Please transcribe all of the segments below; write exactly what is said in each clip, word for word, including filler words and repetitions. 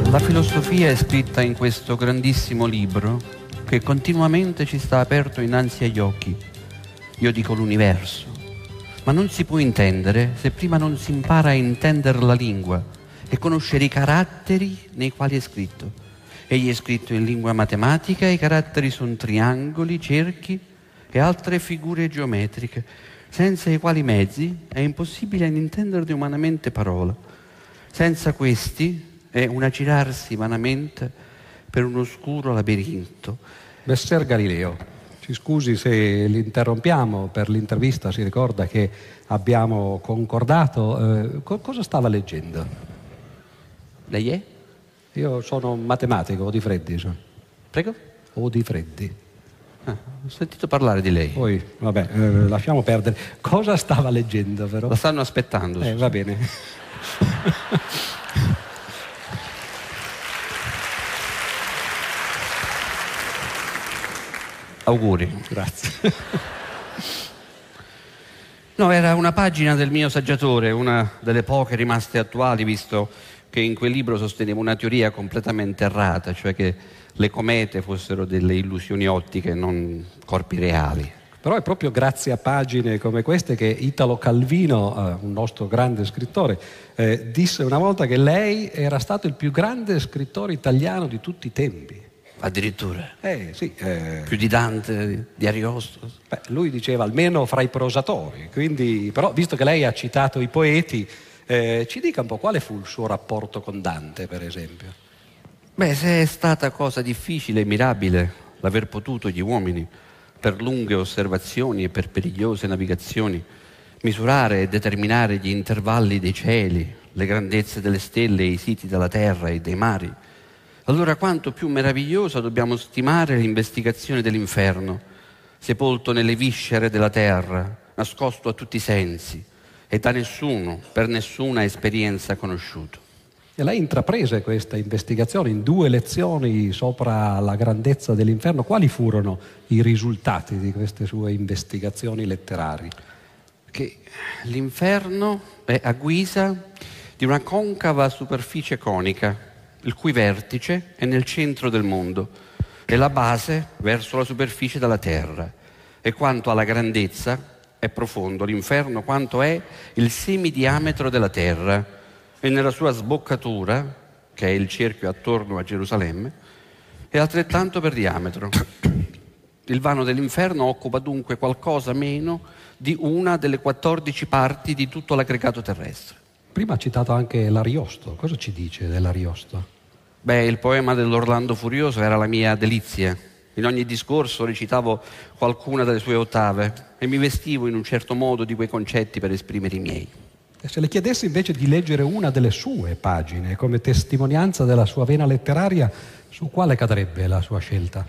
La filosofia è scritta in questo grandissimo libro che continuamente ci sta aperto innanzi agli occhi. Io dico l'universo, ma non si può intendere se prima non si impara a intendere la lingua e conoscere i caratteri nei quali è scritto. Egli è scritto in lingua matematica e i caratteri sono triangoli, cerchi e altre figure geometriche, senza i quali mezzi è impossibile intenderne umanamente parola. Senza questi è un aggirarsi vanamente per un oscuro labirinto. Messer Galileo, ci scusi se l'interrompiamo per l'intervista, si ricorda che abbiamo concordato. Eh, co- cosa stava leggendo? Lei è? Io sono un matematico, o di freddi. So. Prego? O di freddi. Ah, ho sentito parlare di lei. Poi, vabbè, eh, lasciamo perdere. Cosa stava leggendo, però? La stanno aspettando. Eh, va bene. Auguri. Grazie. No, era una pagina del mio saggiatore, una delle poche rimaste attuali, visto che in quel libro sostenevo una teoria completamente errata, cioè che le comete fossero delle illusioni ottiche, non corpi reali. Però è proprio grazie a pagine come queste che Italo Calvino, eh, un nostro grande scrittore, eh, disse una volta che lei era stato il più grande scrittore italiano di tutti i tempi. Addirittura? Eh sì. Eh... Più di Dante, di Ariosto? Beh, lui diceva almeno fra i prosatori, quindi, però visto che lei ha citato i poeti, eh, ci dica un po' quale fu il suo rapporto con Dante, per esempio. Beh, se è stata cosa difficile e mirabile l'aver potuto gli uomini, per lunghe osservazioni e per perigliose navigazioni, misurare e determinare gli intervalli dei cieli, le grandezze delle stelle e i siti della terra e dei mari, allora quanto più meravigliosa dobbiamo stimare l'investigazione dell'inferno, sepolto nelle viscere della terra, nascosto a tutti i sensi e da nessuno, per nessuna esperienza conosciuto. E lei intraprese questa investigazione in due lezioni sopra la grandezza dell'inferno. Quali furono i risultati di queste sue investigazioni letterarie? Che l'inferno è a guisa di una concava superficie conica, il cui vertice è nel centro del mondo e la base verso la superficie della terra. E quanto alla grandezza è profondo l'inferno quanto è il semidiametro della terra, e nella sua sboccatura, che è il cerchio attorno a Gerusalemme, è altrettanto per diametro. Il vano dell'inferno occupa dunque qualcosa meno di una delle quattordici parti di tutto l'aggregato terrestre. Prima ha citato anche l'Ariosto. Cosa ci dice dell'Ariosto? Beh, il poema dell'Orlando Furioso era la mia delizia. In ogni discorso recitavo qualcuna delle sue ottave e mi vestivo in un certo modo di quei concetti per esprimere i miei. E se le chiedessi invece di leggere una delle sue pagine come testimonianza della sua vena letteraria, su quale cadrebbe la sua scelta?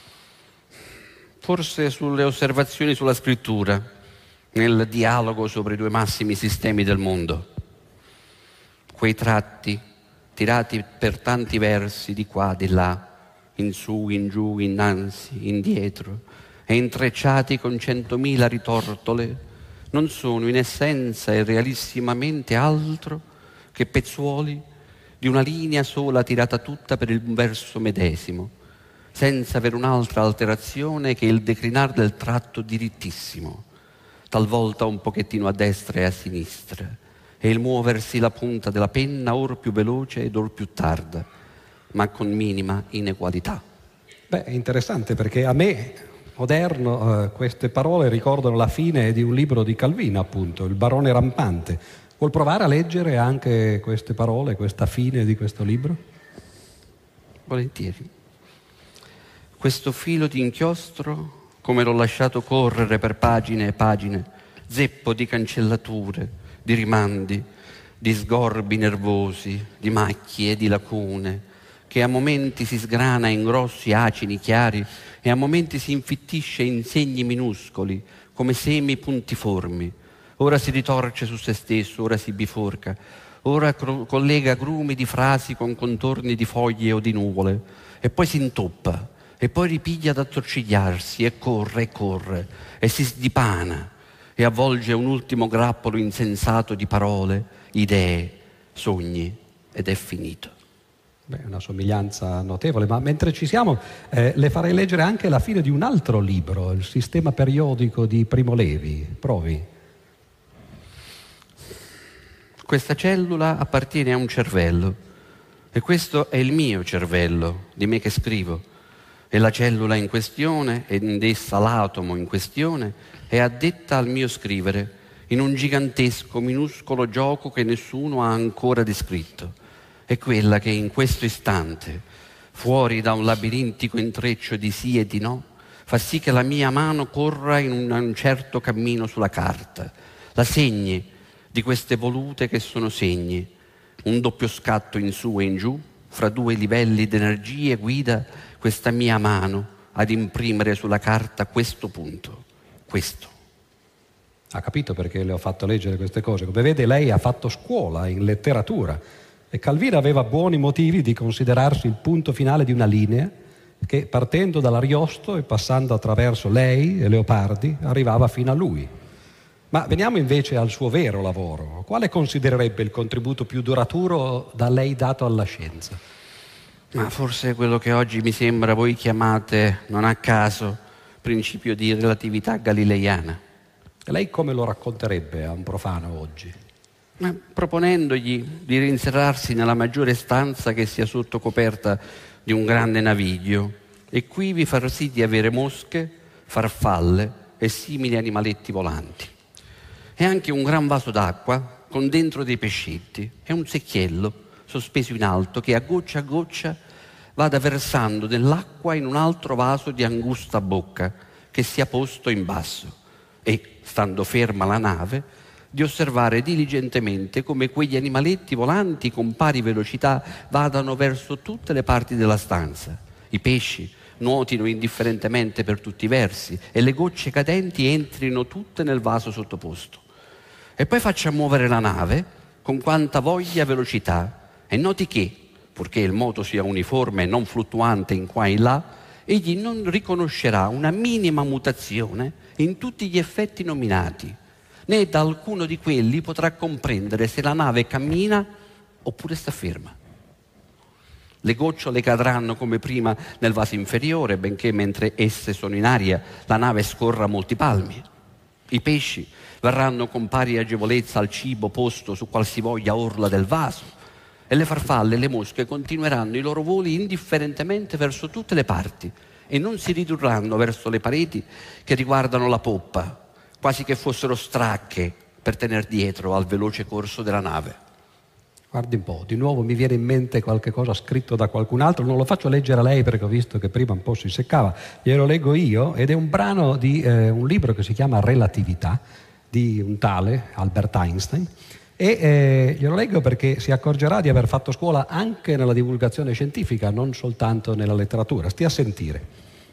Forse sulle osservazioni sulla scrittura, nel dialogo sopra i due massimi sistemi del mondo. Quei tratti tirati per tanti versi di qua, di là, in su, in giù, innanzi, indietro, e intrecciati con centomila ritortole, non sono in essenza e realissimamente altro che pezzuoli di una linea sola tirata tutta per il verso medesimo, senza avere un'altra alterazione che il declinar del tratto dirittissimo, talvolta un pochettino a destra e a sinistra, e il muoversi la punta della penna or più veloce ed or più tarda, ma con minima inequalità. Beh, è interessante perché a me, moderno, eh, queste parole ricordano la fine di un libro di Calvino, appunto, Il barone rampante. Vuol provare a leggere anche queste parole, questa fine di questo libro? Volentieri. Questo filo di inchiostro, come l'ho lasciato correre per pagine e pagine, zeppo di cancellature, di rimandi, di sgorbi nervosi, di macchie e di lacune, che a momenti si sgrana in grossi acini chiari e a momenti si infittisce in segni minuscoli, come semi puntiformi. Ora si ritorce su se stesso, ora si biforca, ora cro- collega grumi di frasi con contorni di foglie o di nuvole, e poi si intoppa, e poi ripiglia ad attorcigliarsi, e corre, e corre, e si sdipana, e avvolge un ultimo grappolo insensato di parole, idee, sogni, ed è finito. Beh, una somiglianza notevole, ma mentre ci siamo eh, le farei leggere anche la fine di un altro libro, il sistema periodico di Primo Levi. Provi. Questa cellula appartiene a un cervello e questo è il mio cervello, di me che scrivo. E la cellula in questione, ed essa l'atomo in questione, è addetta al mio scrivere in un gigantesco, minuscolo gioco che nessuno ha ancora descritto. È quella che in questo istante, fuori da un labirintico intreccio di sì e di no, fa sì che la mia mano corra in un, un certo cammino sulla carta, la segni di queste volute che sono segni, un doppio scatto in su e in giù, fra due livelli d'energie guida questa mia mano ad imprimere sulla carta questo punto, questo. Ha capito perché le ho fatto leggere queste cose? Come vede, lei ha fatto scuola in letteratura e Calvino aveva buoni motivi di considerarsi il punto finale di una linea che, partendo dall'Ariosto e passando attraverso lei e Leopardi, arrivava fino a lui. Ma veniamo invece al suo vero lavoro. Quale considererebbe il contributo più duraturo da lei dato alla scienza? Ma forse quello che oggi mi sembra voi chiamate, non a caso, principio di relatività galileiana. E lei come lo racconterebbe a un profano oggi? Ma proponendogli di reinserrarsi nella maggiore stanza che sia sotto coperta di un grande naviglio e quivi far sì di avere mosche, farfalle e simili animaletti volanti. E anche un gran vaso d'acqua con dentro dei pescetti e un secchiello sospeso in alto che a goccia a goccia vada versando dell'acqua in un altro vaso di angusta bocca che sia posto in basso e, stando ferma la nave, di osservare diligentemente come quegli animaletti volanti con pari velocità vadano verso tutte le parti della stanza. I pesci nuotino indifferentemente per tutti i versi e le gocce cadenti entrino tutte nel vaso sottoposto. E poi faccia muovere la nave con quanta voglia velocità e noti che, purché il moto sia uniforme e non fluttuante in qua e in là, egli non riconoscerà una minima mutazione in tutti gli effetti nominati, né da alcuno di quelli potrà comprendere se la nave cammina oppure sta ferma. Le gocciole cadranno come prima nel vaso inferiore, benché mentre esse sono in aria la nave scorra molti palmi. I pesci verranno con pari agevolezza al cibo posto su qualsivoglia orla del vaso e le farfalle e le mosche continueranno i loro voli indifferentemente verso tutte le parti e non si ridurranno verso le pareti che riguardano la poppa, quasi che fossero stracche per tener dietro al veloce corso della nave. Guardi un po', di nuovo mi viene in mente qualche cosa scritto da qualcun altro, non lo faccio leggere a lei perché ho visto che prima un po' si seccava, glielo leggo io, ed è un brano di eh, un libro che si chiama Relatività, di un tale Albert Einstein, e eh, glielo leggo perché si accorgerà di aver fatto scuola anche nella divulgazione scientifica, non soltanto nella letteratura. Stia a sentire.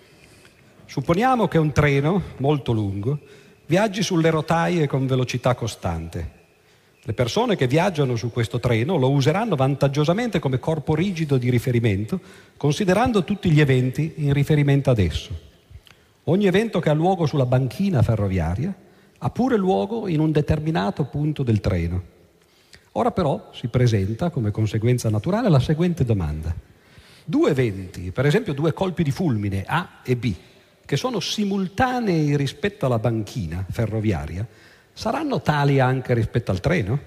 Supponiamo che un treno molto lungo viaggi sulle rotaie con velocità costante. Le persone che viaggiano su questo treno lo useranno vantaggiosamente come corpo rigido di riferimento, considerando tutti gli eventi in riferimento ad esso. Ogni evento che ha luogo sulla banchina ferroviaria ha pure luogo in un determinato punto del treno. Ora però si presenta come conseguenza naturale la seguente domanda. Due eventi, per esempio due colpi di fulmine A e B, che sono simultanei rispetto alla banchina ferroviaria, saranno tali anche rispetto al treno?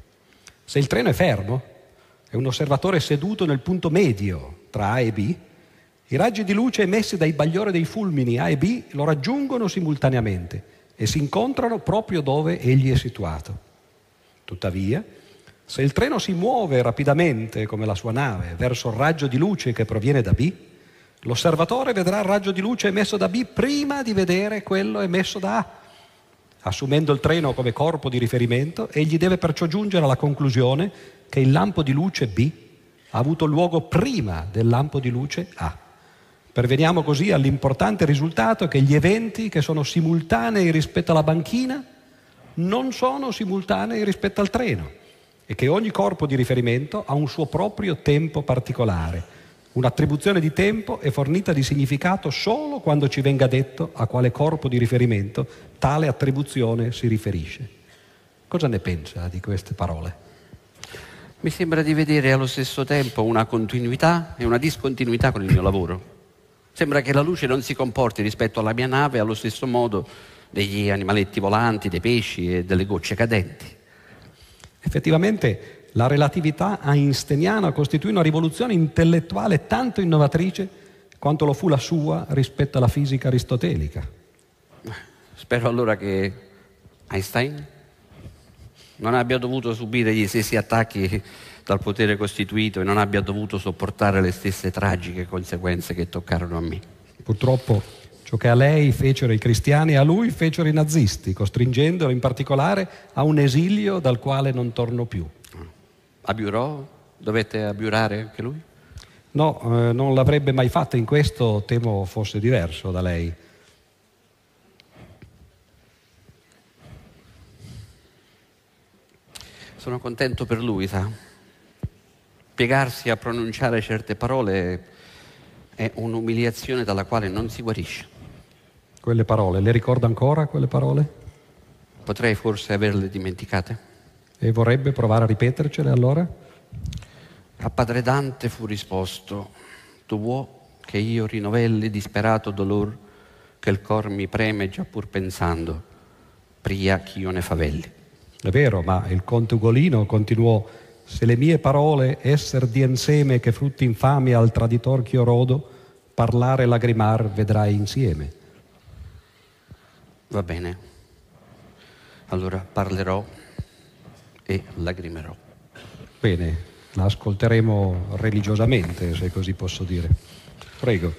Se il treno è fermo e un osservatore è seduto nel punto medio tra A e B, i raggi di luce emessi dai bagliori dei fulmini A e B lo raggiungono simultaneamente e si incontrano proprio dove egli è situato. Tuttavia, se il treno si muove rapidamente come la sua nave verso il raggio di luce che proviene da B, l'osservatore vedrà il raggio di luce emesso da B prima di vedere quello emesso da A. Assumendo il treno come corpo di riferimento, egli deve perciò giungere alla conclusione che il lampo di luce B ha avuto luogo prima del lampo di luce A. Perveniamo così all'importante risultato che gli eventi che sono simultanei rispetto alla banchina non sono simultanei rispetto al treno e che ogni corpo di riferimento ha un suo proprio tempo particolare. Un'attribuzione di tempo è fornita di significato solo quando ci venga detto a quale corpo di riferimento tale attribuzione si riferisce. Cosa ne pensa di queste parole? mi sembra di vedere allo stesso tempo una continuità e una discontinuità con il mio lavoro. Sembra che la luce non si comporti rispetto alla mia nave allo stesso modo degli animaletti volanti, dei pesci e delle gocce cadenti. Effettivamente la relatività einsteiniana costituì una rivoluzione intellettuale tanto innovatrice quanto lo fu la sua rispetto alla fisica aristotelica. Spero allora che Einstein non abbia dovuto subire gli stessi attacchi dal potere costituito e non abbia dovuto sopportare le stesse tragiche conseguenze che toccarono a me. Purtroppo ciò che a lei fecero i cristiani, a lui fecero i nazisti, costringendolo in particolare a un esilio dal quale non tornò più. Abiurò? Dovette abiurare anche lui? No, eh, non l'avrebbe mai fatto, in questo temo fosse diverso da lei. Sono contento per lui, sa. Piegarsi a pronunciare certe parole è un'umiliazione dalla quale non si guarisce. Quelle parole, le ricorda ancora quelle parole? Potrei forse averle dimenticate. E vorrebbe provare a ripetercele allora? A padre Dante fu risposto: tu vuoi che io rinovelli disperato dolor che il cor mi preme già pur pensando, pria ch'io ne favelli. È vero, ma il conte Ugolino continuò: se le mie parole esser di enseme che frutti infami al traditor ch'io rodo, parlare e lagrimar vedrai insieme. Va bene, allora parlerò e lagrimerò. Bene, la ascolteremo religiosamente, se così posso dire. Prego.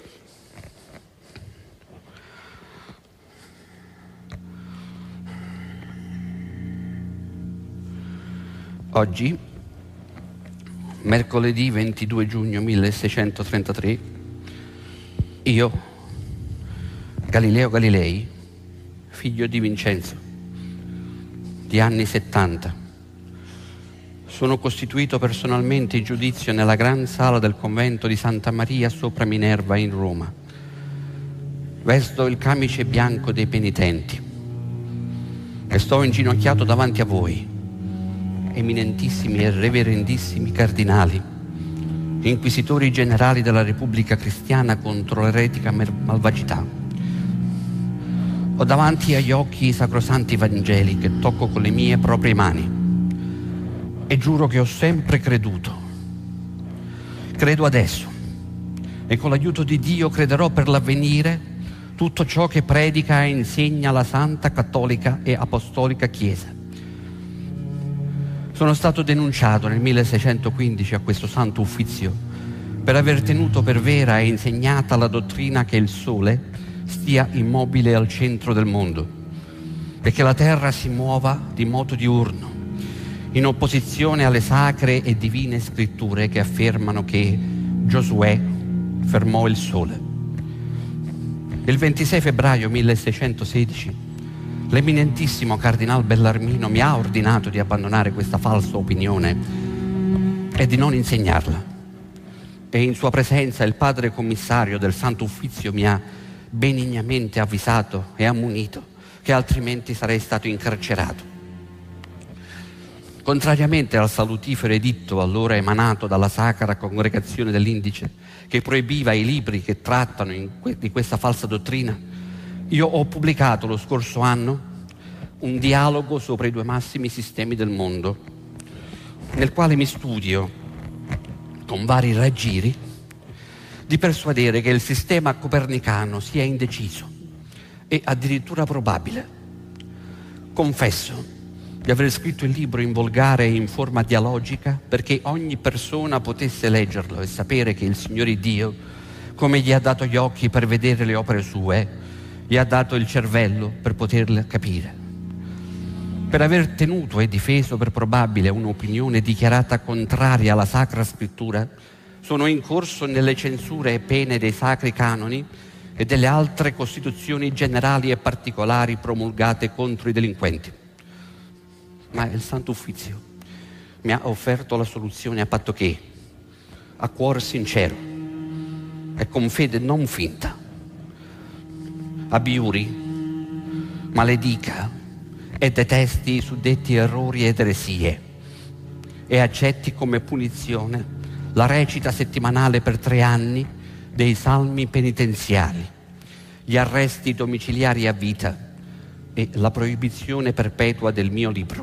Oggi, mercoledì ventidue giugno milleseicentotrentatré, io, Galileo Galilei, figlio di Vincenzo, di anni settanta, sono costituito personalmente in giudizio nella gran sala del convento di Santa Maria sopra Minerva in Roma. Vesto il camice bianco dei penitenti e sto inginocchiato davanti a voi, eminentissimi e reverendissimi cardinali, inquisitori generali della Repubblica Cristiana contro l'eretica malvagità. Ho davanti agli occhi i sacrosanti Vangeli che tocco con le mie proprie mani e giuro che ho sempre creduto. Credo adesso e con l'aiuto di Dio crederò per l'avvenire tutto ciò che predica e insegna la Santa Cattolica e Apostolica Chiesa. Sono stato denunciato nel milleseicentoquindici a questo santo uffizio per aver tenuto per vera e insegnata la dottrina che il Sole stia immobile al centro del mondo e che la Terra si muova di moto diurno, in opposizione alle sacre e divine scritture che affermano che Giosuè fermò il Sole. Il ventisei febbraio milleseicentosedici l'eminentissimo cardinal Bellarmino mi ha ordinato di abbandonare questa falsa opinione e di non insegnarla. E in sua presenza il padre commissario del Santo Uffizio mi ha benignamente avvisato e ammonito che altrimenti sarei stato incarcerato. Contrariamente al salutifero editto allora emanato dalla Sacra Congregazione dell'Indice, che proibiva i libri che trattano in que- di questa falsa dottrina, io ho pubblicato lo scorso anno un dialogo sopra i due massimi sistemi del mondo, nel quale mi studio, con vari raggiri, di persuadere che il sistema copernicano sia indeciso e addirittura probabile. Confesso di aver scritto il libro in volgare e in forma dialogica perché ogni persona potesse leggerlo e sapere che il Signore Dio, come gli ha dato gli occhi per vedere le opere sue, gli ha dato il cervello per poterle capire. Per aver tenuto e difeso per probabile un'opinione dichiarata contraria alla Sacra Scrittura, sono in corso nelle censure e pene dei sacri canoni e delle altre costituzioni generali e particolari promulgate contro i delinquenti. Ma il Santo Uffizio mi ha offerto la soluzione a patto che, a cuor sincero e con fede non finta, abiuri, maledica e detesti i suddetti errori ed eresie e accetti come punizione la recita settimanale per tre anni dei salmi penitenziali, gli arresti domiciliari a vita e la proibizione perpetua del mio libro.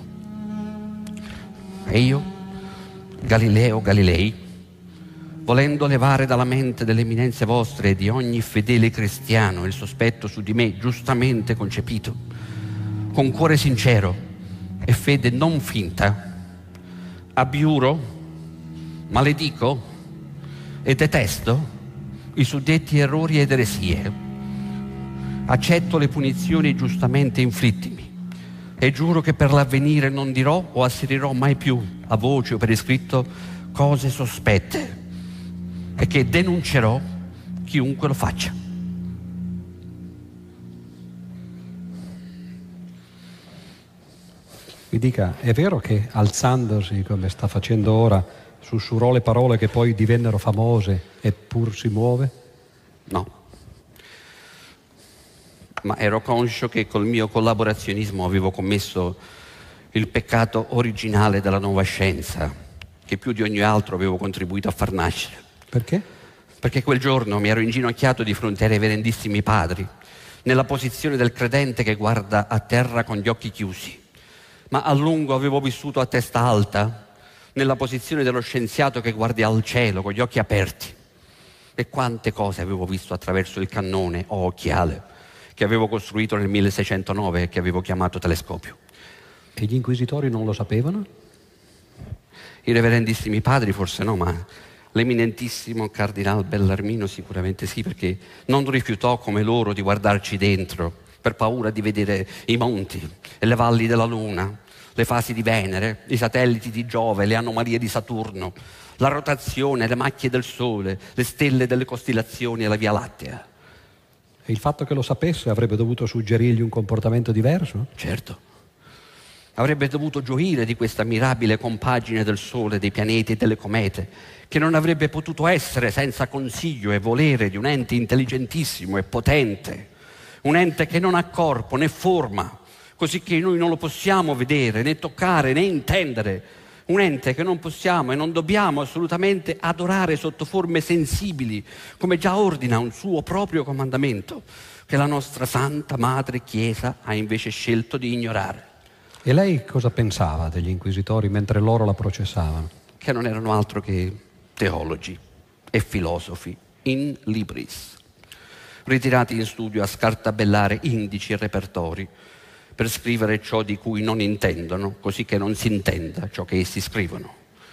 E io, Galileo Galilei, volendo levare dalla mente delle eminenze vostre e di ogni fedele cristiano il sospetto su di me giustamente concepito, con cuore sincero e fede non finta, abbiuro, maledico e detesto i suddetti errori ed eresie. Accetto le punizioni giustamente inflittimi e giuro che per l'avvenire non dirò o asserirò mai più a voce o per iscritto cose sospette e che denuncerò chiunque lo faccia. Mi dica, è vero che alzandosi, come sta facendo ora, sussurrò le parole che poi divennero famose, eppur si muove? No. Ma ero conscio che col mio collaborazionismo avevo commesso il peccato originale della nuova scienza, che più di ogni altro avevo contribuito a far nascere. Perché? Perché quel giorno mi ero inginocchiato di fronte ai reverendissimi padri, nella posizione del credente che guarda a terra con gli occhi chiusi. Ma a lungo avevo vissuto a testa alta, nella posizione dello scienziato che guarda al cielo con gli occhi aperti. E quante cose avevo visto attraverso il cannone o occhiale che avevo costruito nel milleseicentonove e che avevo chiamato telescopio. E gli inquisitori non lo sapevano? I reverendissimi padri forse no, ma l'eminentissimo cardinal Bellarmino sicuramente sì, perché non rifiutò come loro di guardarci dentro per paura di vedere i monti e le valli della Luna, le fasi di Venere, i satelliti di Giove, le anomalie di Saturno, la rotazione, le macchie del Sole, le stelle delle costellazioni e la Via Lattea. E il fatto che lo sapesse avrebbe dovuto suggerirgli un comportamento diverso? Certo. Avrebbe dovuto gioire di questa mirabile compagine del Sole, dei pianeti e delle comete, che non avrebbe potuto essere senza consiglio e volere di un ente intelligentissimo e potente, un ente che non ha corpo né forma, così che noi non lo possiamo vedere, né toccare, né intendere, un ente che non possiamo e non dobbiamo assolutamente adorare sotto forme sensibili, come già ordina un suo proprio comandamento, che la nostra Santa Madre Chiesa ha invece scelto di ignorare. E lei cosa pensava degli inquisitori mentre loro la processavano? Che non erano altro che teologi e filosofi in libris, ritirati in studio a scartabellare indici e repertori per scrivere ciò di cui non intendono, così che non si intenda ciò che essi scrivono.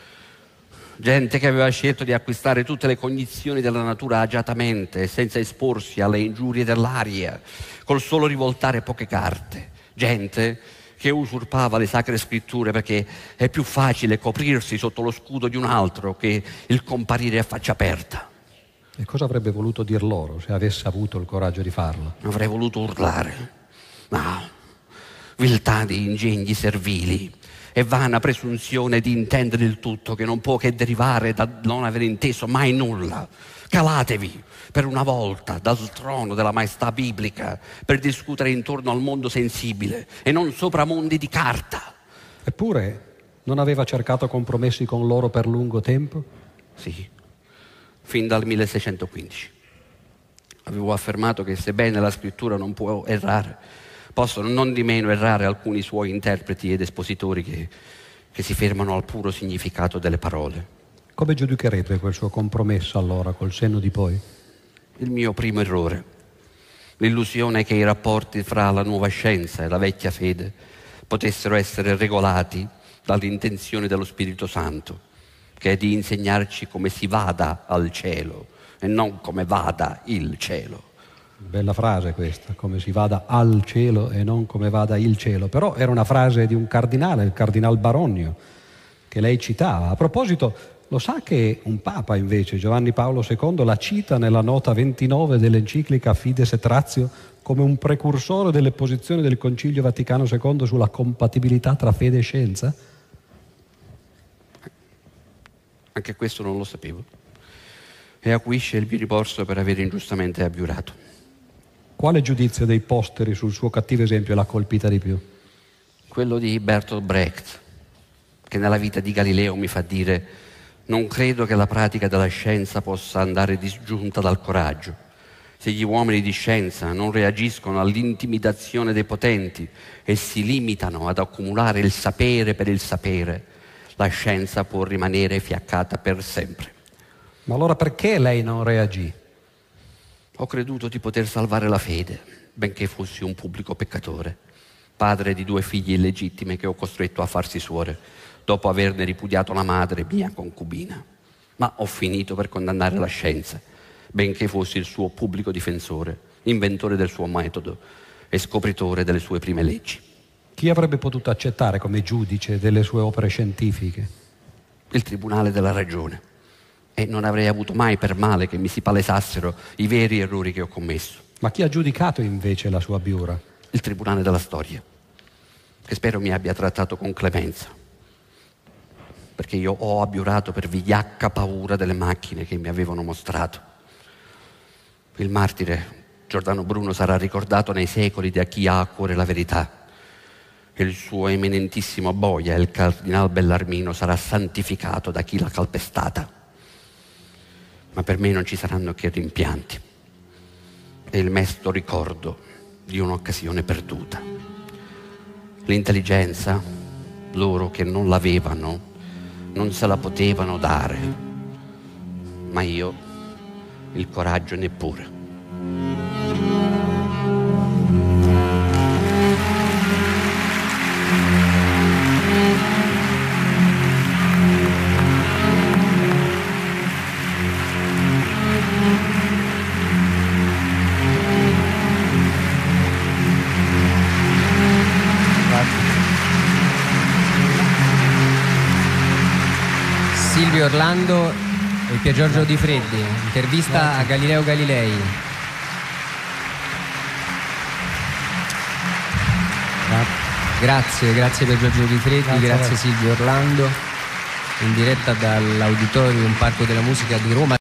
Gente che aveva scelto di acquistare tutte le cognizioni della natura agiatamente, senza esporsi alle ingiurie dell'aria, col solo rivoltare poche carte. Gente che usurpava le sacre scritture perché è più facile coprirsi sotto lo scudo di un altro che il comparire a faccia aperta. E cosa avrebbe voluto dir loro se avesse avuto il coraggio di farlo? Avrei voluto urlare. Ma viltà di ingegni servili e vana presunzione di intendere il tutto che non può che derivare da non aver inteso mai nulla. Calatevi per una volta dal trono della maestà biblica per discutere intorno al mondo sensibile e non sopra mondi di carta. Eppure non aveva cercato compromessi con loro per lungo tempo? Sì, fin dal milleseicentoquindici. Avevo affermato che sebbene la scrittura non può errare, possono non di meno errare alcuni suoi interpreti ed espositori che, che si fermano al puro significato delle parole. Come giudicherebbe quel suo compromesso allora, col senno di poi? Il mio primo errore, l'illusione che i rapporti fra la nuova scienza e la vecchia fede potessero essere regolati dall'intenzione dello Spirito Santo, che è di insegnarci come si vada al cielo e non come vada il cielo. Bella frase questa, come si vada al cielo e non come vada il cielo. Però era una frase di un cardinale, il cardinal Baronio, che lei citava. A proposito, lo sa che un papa invece, Giovanni Paolo secondo, la cita nella nota ventinove dell'enciclica Fides et Ratio come un precursore delle posizioni del Concilio Vaticano secondo sulla compatibilità tra fede e scienza? Anche questo non lo sapevo. E acuisce il mio rimorso per aver ingiustamente abbiurato. Quale giudizio dei posteri sul suo cattivo esempio l'ha colpita di più? Quello di Bertolt Brecht, che nella vita di Galileo mi fa dire: non credo che la pratica della scienza possa andare disgiunta dal coraggio. Se gli uomini di scienza non reagiscono all'intimidazione dei potenti e si limitano ad accumulare il sapere per il sapere, la scienza può rimanere fiaccata per sempre. Ma allora perché lei non reagì? Ho creduto di poter salvare la fede, benché fossi un pubblico peccatore, padre di due figlie illegittime che ho costretto a farsi suore, dopo averne ripudiato la madre, mia concubina. Ma ho finito per condannare la scienza, benché fossi il suo pubblico difensore, inventore del suo metodo e scopritore delle sue prime leggi. Chi avrebbe potuto accettare come giudice delle sue opere scientifiche? Il tribunale della ragione. E non avrei avuto mai per male che mi si palesassero i veri errori che ho commesso. Ma chi ha giudicato invece la sua abiura? Il tribunale della storia, che spero mi abbia trattato con clemenza, perché io ho abiurato per vigliacca paura delle macchine che mi avevano mostrato. Il martire Giordano Bruno sarà ricordato nei secoli da chi ha a cuore la verità, e il suo eminentissimo boia, il cardinal Bellarmino, sarà santificato da chi l'ha calpestata. Ma per me non ci saranno che rimpianti e il mesto ricordo di un'occasione perduta. L'intelligenza, loro che non l'avevano, non se la potevano dare, ma io il coraggio neppure. Silvio Orlando e Pier Giorgio Di Freddi, intervista Grazie. a Galileo Galilei. Grazie, grazie Pier Giorgio Di Freddi, grazie, grazie Silvio Orlando, in diretta dall'Auditorium Parco della Musica di Roma.